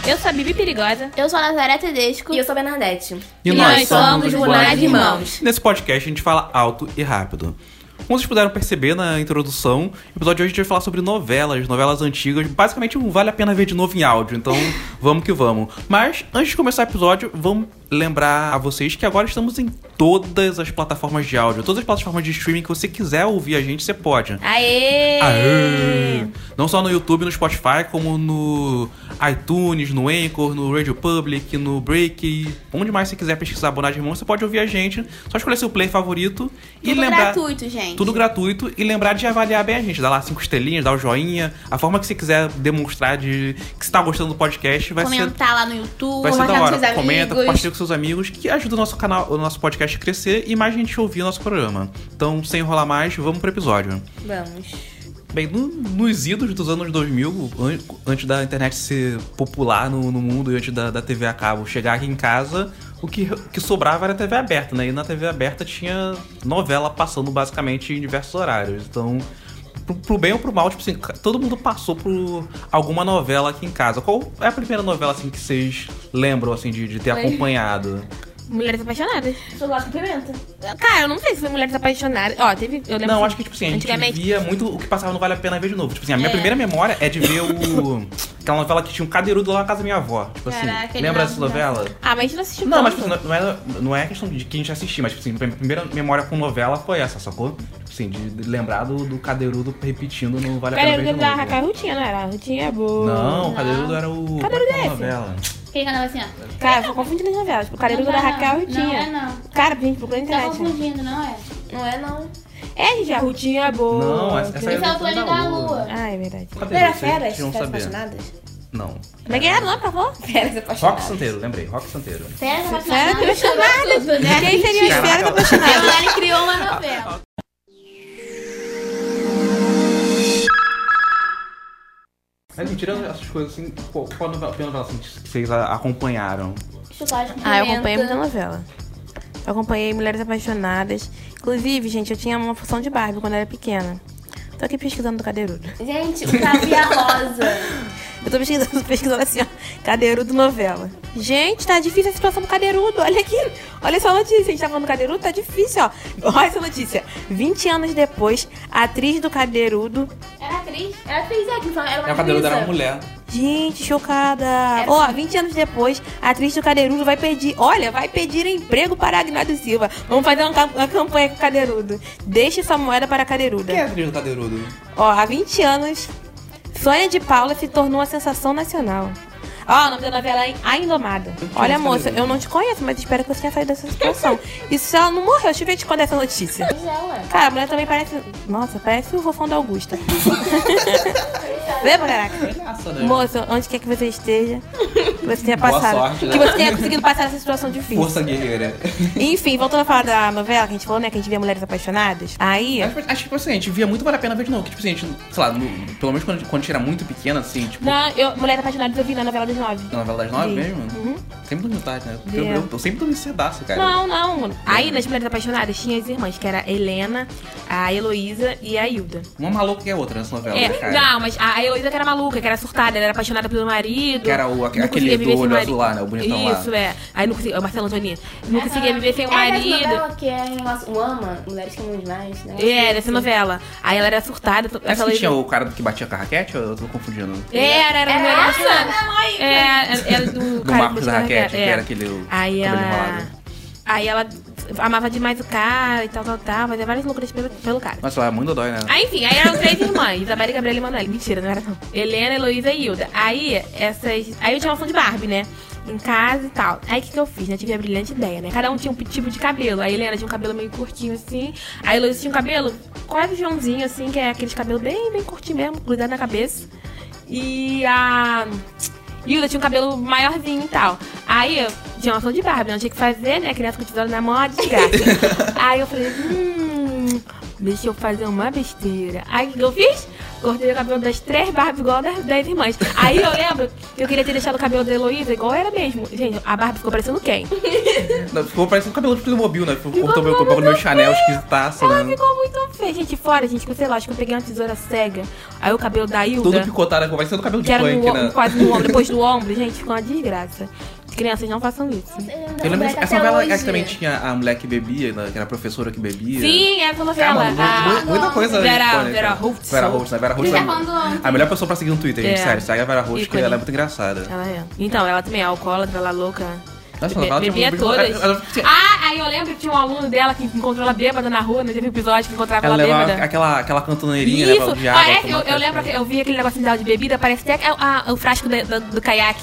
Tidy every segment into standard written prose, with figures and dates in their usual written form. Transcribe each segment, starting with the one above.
Eu sou a Bibi Perigosa. Eu sou a Nazaré Tedesco. E eu sou a Bernadette. E nós somos Lunar de Irmãos. Nesse podcast a gente fala alto e rápido. Como vocês puderam perceber na introdução, no episódio de hoje a gente vai falar sobre novelas antigas. Basicamente, vale a pena ver de novo em áudio, então vamos que vamos. Mas, antes de começar o episódio, vamos lembrar a vocês que agora estamos em todas as plataformas de áudio. Todas as plataformas de streaming que você quiser ouvir a gente, você pode. Aê! Aê! Não só no YouTube, no Spotify, como no iTunes, no Anchor, no Radio Public, no Break. Onde mais você quiser pesquisar Lunar de Irmãos, você pode ouvir a gente. Só escolher seu play favorito e lembrar... Tudo gratuito, gente. Tudo gratuito e lembrar de avaliar bem a gente. Dá lá 5 estrelinhas, dá o joinha. A forma que você quiser demonstrar de que você tá gostando do podcast vai Comentar lá no YouTube. Vai ser da hora. Com Comenta, compartilha com seus amigos, que ajuda o nosso canal, o nosso podcast a crescer e mais gente ouvir o nosso programa. Então, sem enrolar mais, vamos pro episódio. Vamos. Bem, nos idos dos anos 2000, antes da internet ser popular no mundo e antes da TV a cabo chegar aqui em casa, o que sobrava era a TV aberta, né? E na TV aberta tinha novela passando basicamente em diversos horários. Então, pro bem ou pro mal, tipo assim, todo mundo passou por alguma novela aqui em casa. Qual é a primeira novela, assim, que vocês lembram, assim, de ter acompanhado? Mulheres Apaixonadas. Chocolate com pimenta. Cara, eu não sei se foi Mulheres Apaixonadas. Ó, teve... Eu lembro Não, acho que, tipo assim, a gente antigamente via muito o que passava no Vale a Pena Ver de novo. Tipo assim, a minha primeira memória é de ver aquela novela que tinha um cadeirudo lá na casa da minha avó. Tipo assim, Caraca, lembra dessa novela? Ah, mas a gente não assistiu Não, mas tanto. tipo, não é questão de que a gente assistir, mas tipo assim, minha primeira memória com novela foi essa, sacou? Tipo assim, de lembrar do cadeirudo repetindo no Vale a Pena Ver de Cadeirudo da novo. Raquel Rutinha, não era? A Rutinha é boa. Não, o cadeirudo era o... Cadeirudo qual é é a esse? novela? Quem cantava assim, ó? Cara, eu tô confundindo as novelas. O Cadeirudo da Raquel Rutinha. Não é, não. Cara, gente, procura na Tá internet. confundindo, não é? Não é, não. É, gente, a Rutinha é boa. Não, essa Esse é o Plano da Lua. Ah, é verdade. Não era Vocês Feras? deviam Feras saber. Apaixonadas? Não. Como é que era, não, por favor? Feras Rock Apaixonadas. Santeiro, lembrei. Rock Santeiro. Feras Feras Apaixonadas. Apaixonadas. Tudo, né? Quem seria as Feras Caraca. Apaixonadas? Ele criou uma novela. Mas assim, tirando essas coisas assim, qual novela assim, que vocês acompanharam? Chocolate com pimenta. Ah, eu acompanhei muita novela. Eu acompanhei Mulheres Apaixonadas. Inclusive, gente, eu tinha uma função de Barbie quando eu era pequena. Tô aqui pesquisando do Cadeirudo. Gente, o Cavia Rosa. Eu tô pesquisando assim, ó. Cadeirudo novela. Gente, tá difícil a situação do Cadeirudo. Olha aqui. Olha essa notícia. A gente tá falando do Cadeirudo, tá difícil, ó. Olha essa notícia. 20 anos depois, a atriz do Cadeirudo... Era atriz? Ela fez que era uma O cadeirudo era uma atriz. mulher. Gente, chocada. Ó, 20 anos depois, a atriz do Cadeirudo vai pedir... Olha, vai pedir emprego para Agnaldo Silva. Vamos fazer uma campanha com o Cadeirudo. Deixe sua moeda para a Cadeiruda. Quem é a atriz do cadeirudo? Ó, há 20 anos, Sônia de Paula se tornou a sensação nacional. Ó, o nome da novela é A Indomada. Olha, moça, eu não te conheço, mas espero que você tenha saído dessa situação. E se ela não morreu, deixa eu ver te contar essa notícia. Pois é, ué. Cara, a mulher também parece... Nossa, parece o Fofão da Augusta. Lembra, caraca? Graça, né? Moça, onde quer que você esteja, que você tenha Boa passado. sorte, né? Que você tenha conseguido passar essa situação difícil. Força guerreira. Enfim, voltando a falar da novela que a gente falou, né? Que a gente via Mulheres Apaixonadas. Aí... Acho que, tipo assim, a gente via muito Vale a Pena Ver de novo. Que, tipo assim, a gente, sei lá, pelo menos quando a gente era muito pequena, assim, tipo... Não, Mulheres Apaixonadas eu vi na novela das 9. Na novela das 9 Vi. mesmo? Uhum. Sempre dormi tarde, né? Vi. Eu sempre dormi cedaço, cara. Não. Aí, nas Mulheres Apaixonadas, tinha as irmãs, que era a Helena, a Heloísa e a Hilda. Uma maluca que é outra nessa novela, né, cara? Não, mas a Heloísa que era maluca, que era surtada, ela era apaixonada pelo marido. Que era não aquele conseguia viver do sem olho marido. azul lá, né? O bonitão lá. Isso, é. Aí não conseguia, o Marcelo Antoni. Não conseguia viver sem o É dessa marido. novela que é o Ama, Mulheres que Amam Demais, né? É, dessa novela. Aí ela era surtada. Essa que tinha o cara que batia com a raquete ou eu tô confundindo? Era Mulher Apaixonada. Era do Do cara Marcos da Raquete, que é. era aquele Aí cabelo ela... enrolado. Aí ela amava demais o cara e tal, fazia várias loucuras pelo cara. Nossa, ela é muito dodói, né? Aí, enfim, aí eram 3 irmãs, Isabela, Gabriela e Manoela. Mentira, não era não. Helena, Heloísa e Hilda. Aí eu tinha uma noção de Barbie, né? Em casa e tal. Aí o que eu fiz, né? Tive a brilhante ideia, né? Cada um tinha um tipo de cabelo. A Helena tinha um cabelo meio curtinho, assim. A Heloísa tinha um cabelo quase Joãozinho, assim, que é aqueles cabelos bem curtinho mesmo, grudado na cabeça. E a Hilda tinha um cabelo maiorzinho e tal. Aí eu tinha uma noção de Barbie, não tinha que fazer, né? Criança com tesoura na mão, desgraça. Aí eu falei, deixa eu fazer uma besteira. Aí o que eu fiz? Cortei o cabelo das 3 Barbie igual das irmãs. Aí eu lembro que eu queria ter deixado o cabelo da Heloísa igual era mesmo. Gente, a Barbie ficou parecendo quem? Não, ficou parecendo um cabelo de Playmobil, né? Cortou meu Chanel esquisitaço, Ela né? ficou muito feio, gente, fora, gente, que sei lá, acho que eu peguei uma tesoura cega. Aí o cabelo da Hilda, Tudo picotado, vai ser do cabelo de que era punk, né? quase no ombro, depois do ombro, gente, ficou uma desgraça. Crianças, não façam isso. Eu lembro essa novela que também tinha a mulher que bebia, né, que era a professora que bebia. Sim, essa novela. Muita coisa. Vera Holtz. Vera Holtz, né? Vera Holtz Você é tá falando ontem. a melhor pessoa pra seguir no Twitter, gente. É. Sério, segue a Vera Holtz, que Ícone. ela é muito engraçada. Ela é. Então, ela também é alcoólatra, ela é louca. Nossa, ela Bebia todas. Aí eu lembro que tinha um aluno dela que encontrou ela bêbada na rua, não teve episódio que encontrava Ela ela levava bêbada. aquela cantoneirinha, né, Isso, de água. parece, eu lembro que eu vi aquele negocinho dela de bebida, parece até o frasco do caiaque.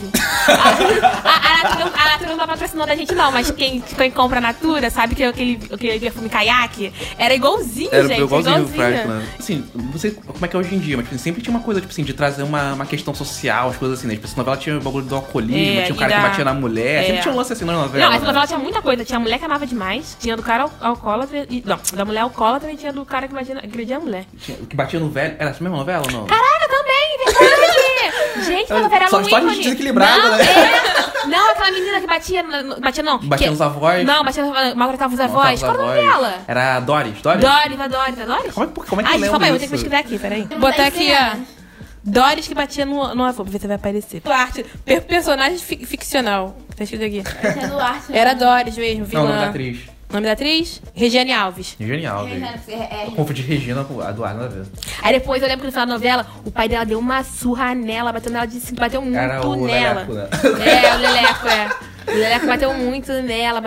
A Natura não patrocinou da gente não, mas quem compra a Natura sabe que aquele perfume caiaque era igualzinho, Era gente, igualzinho o frasco, né? Assim, não sei como é que é hoje em dia, mas tipo, sempre tinha uma coisa, tipo assim, de trazer uma questão social, as coisas assim, né? Tipo, essa novela tinha o bagulho do alcoolismo, tinha um cara que batia na mulher, sempre tinha um lance assim na novela. Não, essa novela tinha muita coisa. Tinha a mulher que amava demais, tinha do cara alcoólatra, não, da mulher alcoólatra e tinha do cara que agredia a mulher. O que batia no velho. Era essa mesma novela ou não? Caraca, também, verdade! Gente, essa novela era Só um história de ícone. desequilibrado, Não, né? Não, aquela menina que batia não. Batia nos avós. Não, maltratava os avós. Qual era o nome dela? Era a Doris. Doris? Doris? Como é que Ai, eu lembro calma aí, eu vou ter que disso? pesquisar aqui, peraí. Botar aqui, ó. Doris que batia no avô, pra ver se vai aparecer. Arte, personagem ficcional. Tá escrito aqui. É do arte. Era Doris mesmo, vilã. Não, o nome da atriz. Nome da atriz? Regiane Alves. Genial, velho. É. Eu confundi Regina com a Eduardo, nada a ver. Aí depois eu lembro que no final da novela, o pai dela deu uma surra nela, bateu nela de cinto, bateu muito Era o nela. Leleco, né? É, o Leleco, é. O Leleco bateu muito nela.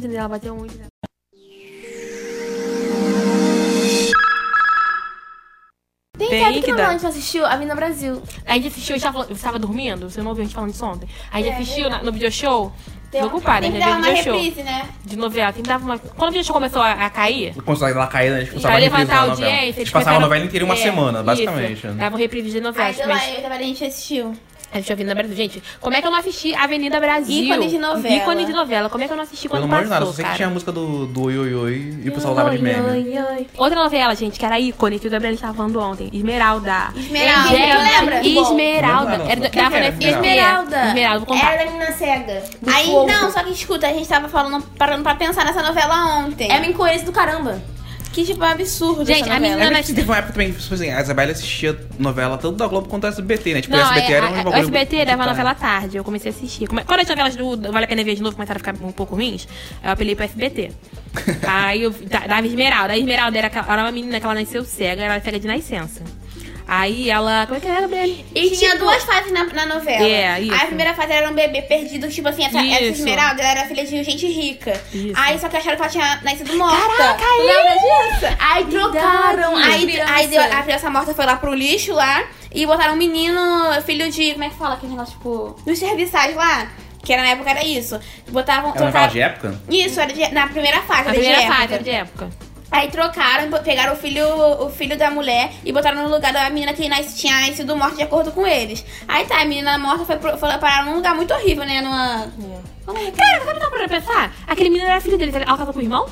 Tem Bem cara que que não, dá. a gente assistiu Avenida Brasil. A gente assistiu, eu estava dormindo, você não ouviu a gente falando disso ontem. A gente assistiu no video show. Tô ocupada, Tem a que gente dar viu uma video show reprise, né? de novela. Tem que dar uma... Quando o video show começou a cair, Quando ela caía, né? A gente pra passava reprise levantar a na novela. audiência, A gente passava a novela inteira em uma semana, basicamente. Isso, davam reprise de novela. Aí deu lá, eu e a gente assistiu. A gente Avenida Brasil. Gente, como é que eu não assisti Avenida Brasil? Ícone de novela. Ícone de novela. Como é que eu não assisti Pelo quando amor de passou, nada, eu sei que cara? tinha a música do Oi Oi Oi e o pessoal usava de meme. Oi. Outra novela, gente, que era ícone, que o Gabriel estava falando ontem. Esmeralda. Esmeralda, Gente, tu lembra? Esmeralda. Bom. Era, Quem dava era na FGV. Esmeralda. Esmeralda, vou contar. Era da menina cega. Do Aí, fogo. não, só que escuta, a gente tava parando pra pensar nessa novela ontem. É uma incoerência do caramba. Que tipo, é absurdo Gente, essa a novela. menina- Teve uma época também, tipo assim, a Isabelle assistia novela tanto da Globo quanto da SBT, né? Tipo, Não, o SBT era um o bagulho SBT dava digital. novela à tarde, eu comecei a assistir. Quando as novelas do Vale a Pena Ver de novo começaram a ficar um pouco ruins, eu apelei pro SBT. Aí eu dava Esmeralda. A Esmeralda era uma menina que ela nasceu cega, ela era cega de nascença. Aí ela... Como é que era, Gabriel? E tinha tipo, duas fases na novela. É, isso. A primeira fase era um bebê perdido, tipo assim, essa Isso. Esmeralda, ela era filha de gente rica. Isso. Aí só que acharam que ela tinha nascido morta. Caraca, Tu lembra disso? Aí trocaram a Aí deu, a criança morta foi lá pro lixo lá e botaram um menino, filho de. Como é que fala aquele negócio, tipo. Dos serviçais lá. Que era na época era isso. Botavam. Era novela de época? Isso, era na primeira fase. A era de primeira época. fase era de época. Aí trocaram, pegaram o filho da mulher e botaram no lugar da menina que tinha nascido morta de acordo com eles. Aí tá, a menina morta foi parar num lugar muito horrível, né? Numa. Cara, sabe o que dá pra pensar? Aquele menino era filho dele, ela casou com o irmão?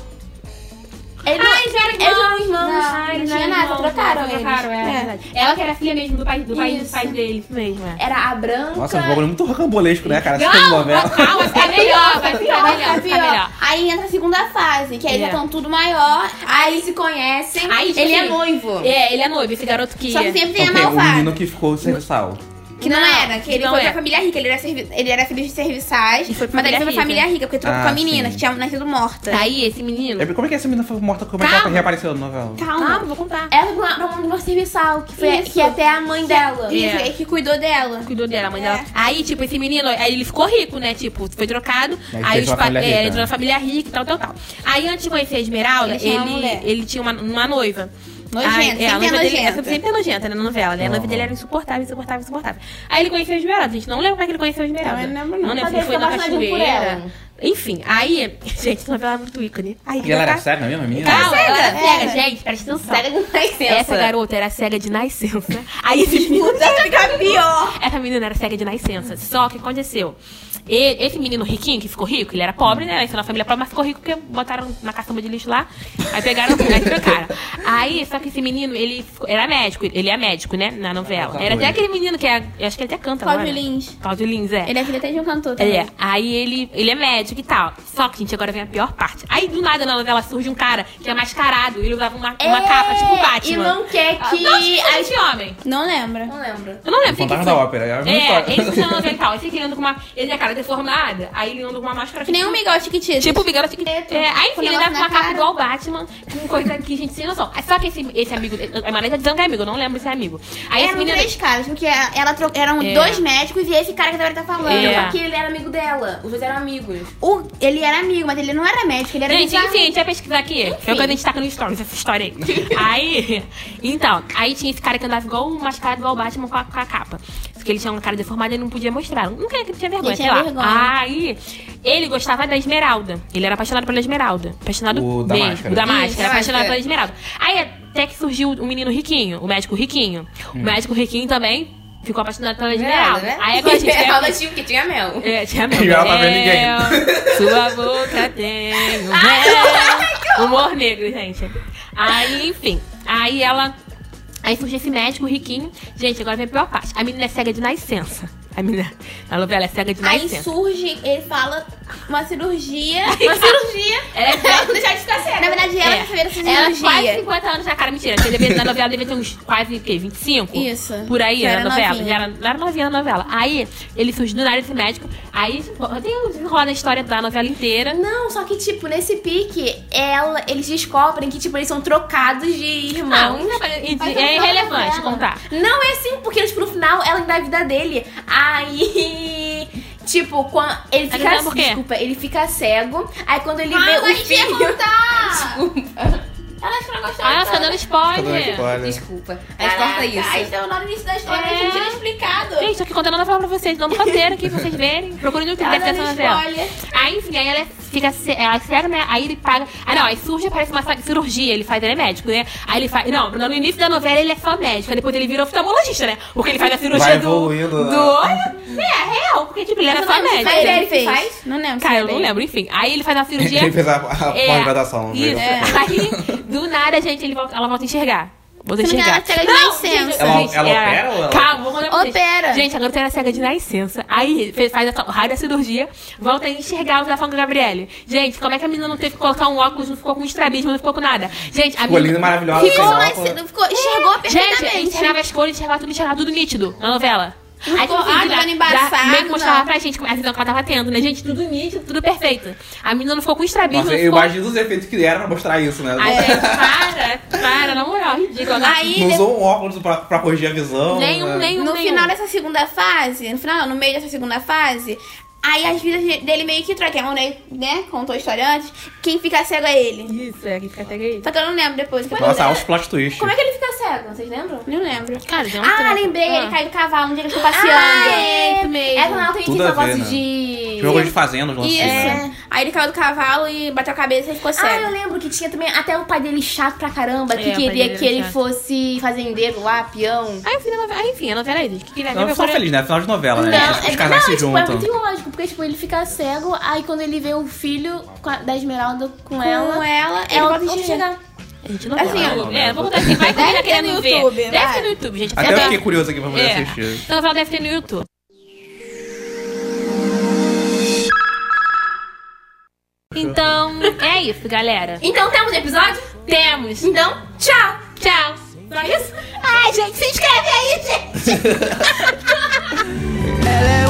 Eles Eles eram irmãos. Não, não tinha nada, trocaram eles. Trocaram, é verdade. Ela que era filha mesmo do pai dos pais dele, isso mesmo, é. Era a branca. Nossa, um bagulho muito rocambolesco, né, cara? Assistindo novela. Calma, fica melhor, vai ficar melhor, Tá pior. Aí entra a segunda fase, que aí já estão tudo maior. Aí eles se conhecem. Aí, tipo ele é assim, noivo. É, ele é noivo, esse garoto que... Só que sempre tem a Então, tem o malvada. menino que ficou serviçal. Que não era, que ele não foi é. pra família rica, ele era filho de serviçais, E foi pra mas ele foi pra família família rica, porque trocou Ah, com a menina, sim. que tinha nascido morta. Aí, esse menino... Como é que essa menina foi morta? Como é que ela Calma. reapareceu na novela? Calma. vou contar. Ela foi pra uma serviçal, que, foi, Isso. que é até a mãe dela. Isso, É. aí que cuidou dela. Cuidou dela, a mãe É. dela. Aí, tipo, esse menino, aí ele ficou rico, né? Tipo, foi trocado. Aí Aí entrou na família rica. entrou na família rica e tal. Aí, antes de conhecer a Esmeralda, Ele tinha uma mulher. ele tinha uma noiva. Nojenta, Aí, sempre a noiva dele nojenta. sempre é nojenta, né, na novela, né? A noiva dele era insuportável. Aí ele conheceu a Esmeralda. A gente não lembra como é que ele conheceu a Esmeralda. Também não lembro, não. Não lembro Mas se ele foi ele na ficou apaixonadinho por cachoeira. ela. Enfim, aí... Gente, a novela é muito ícone. Aí, E ela era cega mesmo, a menina? Calma, ela era Era. cega, gente, presta atenção. Cega de nascença. Essa garota era cega de nascença. Aí esse menino Fica pior. essa menina era cega de nascença. Só que aconteceu. Esse menino riquinho, que ficou rico, ele era pobre, né? Nasceu na família pobre, mas ficou rico porque botaram na caçamba de lixo lá. Aí pegaram, aí trocaram. Aí, só que esse menino, era médico. Ele é médico, né? Na novela. Era até aquele menino que é. Eu acho que ele até canta, Cláudio agora. Lins. Cláudio Lins, é. Ele é filho até de um cantor também. É, aí ele é médico e tal. Só que, gente, agora vem a pior parte. Aí, do nada, na novela surge um cara que é mascarado. Ele usava uma capa, tipo Batman. E não quer que... Não, tipo, esse homem. Não lembra. Não lembro. Eu não lembro. O Fantasma da Ópera, é a mesma história. Ele se chama e tal. Esse aqui ele anda com uma... Ele é cara deformada. Aí ele anda com uma máscara... Que nem um Miguel Chiquitito. Tipo, Miguel Chiquitito. Aí, enfim, ele negócio leva na uma capa cara. igual o Batman, com coisa que a gente sem noção. Só que esse amigo... A Maria tá dizendo que é amigo, eu não lembro se é amigo. Aí esse Eram menino... 3 caras, porque eram 2 médicos e esse cara que a Débora tá falando. É. Porque ele era amigo dela. Os dois eram amigos. Ele era amigo, mas ele não era médico, ele era Gente, bizarro. enfim, a gente vai pesquisar aqui. É o que a gente taca no Stories, essa história aí. Aí tinha esse cara que andava igual um mascarado, igual o Batman com a capa. Porque ele tinha uma cara deformada e não podia mostrar. Não queria que ele tinha vergonha, Ele sei tinha lá. vergonha. Aí, ele gostava da Esmeralda. Ele era apaixonado pela Esmeralda. Apaixonado O da mesmo. máscara. O da Isso, máscara. da Apaixonado máscara. pela Esmeralda. Aí, até que surgiu o menino riquinho, o médico riquinho. O médico riquinho também ficou apaixonado pela Esmeralda. né? Aí, agora a gente... Esmeralda tinha o quê? Tinha mel. Tinha E ela tá vendo ninguém. Sua boca tem um mel. Humor negro, gente. Aí, enfim. Aí surge esse médico riquinho. Gente, agora vem a pior parte. A menina é cega de nascença. A menina, a novela é cega de Aí nascença. surge, ele fala uma cirurgia. Ela é cega. Não deixar de ficar cega. Na verdade, ela que fez essa Ela quase cirurgia. 50 anos na cara, mentira. Na novela devia ter uns quase, o quê? 25? Isso. Por aí, Já na era novela. novinha. Já era novinha na novela. Aí, ele surge do nada, esse médico. Aí, tem um desenrolar da história da novela inteira. Não, só que, tipo, nesse pique, eles descobrem que, tipo, eles são trocados de irmãos. Não, é irrelevante contar. Não, é assim, porque, tipo, no final, ela engravida dele. Aí, tipo, quando ele Tá fica... dizendo por quê? Desculpa, ele fica cego. Aí, quando ele vê o mas ia filho... contar. Desculpa. Ela acha que não gostou. Ah, ela fica dando Fica dando spoiler. spoiler. Desculpa. Aí corta Aí isso. estão lá no início da história, É. a gente tinha explicado. Gente, tô aqui contando a novela pra vocês, dando roteiro aqui pra vocês verem. Procurem no YouTube, Tá deve ter essa dando novela. spoiler. Aí, enfim, aí ela fica ela cega, né? Aí ele paga. Ah, não, aí surge, aparece uma cirurgia, ele faz, ele é médico, né? Aí ele faz. Não, no início da novela ele é só médico, aí depois ele vira oftalmologista, né? Porque ele faz a cirurgia Vai do. evoluindo, né? É real, porque tipo, ele era só médico. Aí ele Ele fez. faz? Não lembro. Cara, eu se não ele- lembro, enfim. Aí ele faz a cirurgia. Ele fez a pós-graduação. Isso. É. Aí, do nada, gente, ela volta a enxergar. Volta a Se não me engano, enxergar. ela cega de nascença. Ela opera ou ela- Calma, vou contar pra vocês. Opera. Gente, agora tem a cega de nascença. Aí faz o raio da cirurgia, volta a enxergar o telefone com a Gabriele. Gente, como é que a menina não teve que colocar um óculos, não ficou com estrabismo, não ficou com nada? Gente, a Ficou linda e menina. maravilhosa. Ficou, sem mas óculos. enxergou Gente, ele perfeitamente. enxergava as cores, enxergava tudo nítido na novela. Não ficou, tipo, ah, dando embaçado, meio que mostrava não. pra gente a visão que ela tava tendo, né? Gente, tudo nítido, tudo perfeito. A menina não ficou com estrabismo, Nossa, não eu ficou... imagino os efeitos que deram pra mostrar isso, né? Ai, gente, para, na moral, ridículo. Aí, Não usou um óculos pra corrigir a visão. Nenhum, né? nenhum, no nenhum. final dessa segunda fase, no meio dessa segunda fase, aí as vidas dele meio que trocam. A mulher, né, contou a história antes, quem fica cego é ele. Isso, é que fica até aí. Só que eu não lembro depois. Nossa, olha os plot twists. Como é que ele fica cego? Vocês lembram? Não lembro. Cara, já Ah, lembrei, ele cai do cavalo um dia que ele ficou passeando. é isso mesmo. É quando ela tem esse Tudo a ver, negócio né? de... Jogo de fazenda, não sei. Isso. Né? Aí ele caiu do cavalo e bateu a cabeça e ficou Ah, cego. eu lembro que tinha também até o pai dele chato pra caramba, que É, o pai queria dele que era ele chato. fosse fazendeiro lá, peão. Enfim, a novela é isso. Que Não, só feliz, né? Final de novela, né? Os não, casais se tipo, é juntam. muito ilógico, porque tipo, ele fica cego, aí quando ele vê o filho da Esmeralda com Com ela, ela, ele ela pode pode enxergar. enxergar. A gente não Assim, viu. Vou contar assim, vai que Deve tá ter querendo no ver. YouTube, Deve vai. ter no YouTube, gente. Até eu fiquei curioso aqui pra poder assistir. Essa novela deve ter no YouTube. Então, é isso, galera. Então temos episódio? Temos. Então, tchau! Tchau. Só isso? Ai, gente, se inscreve aí, gente. Ela é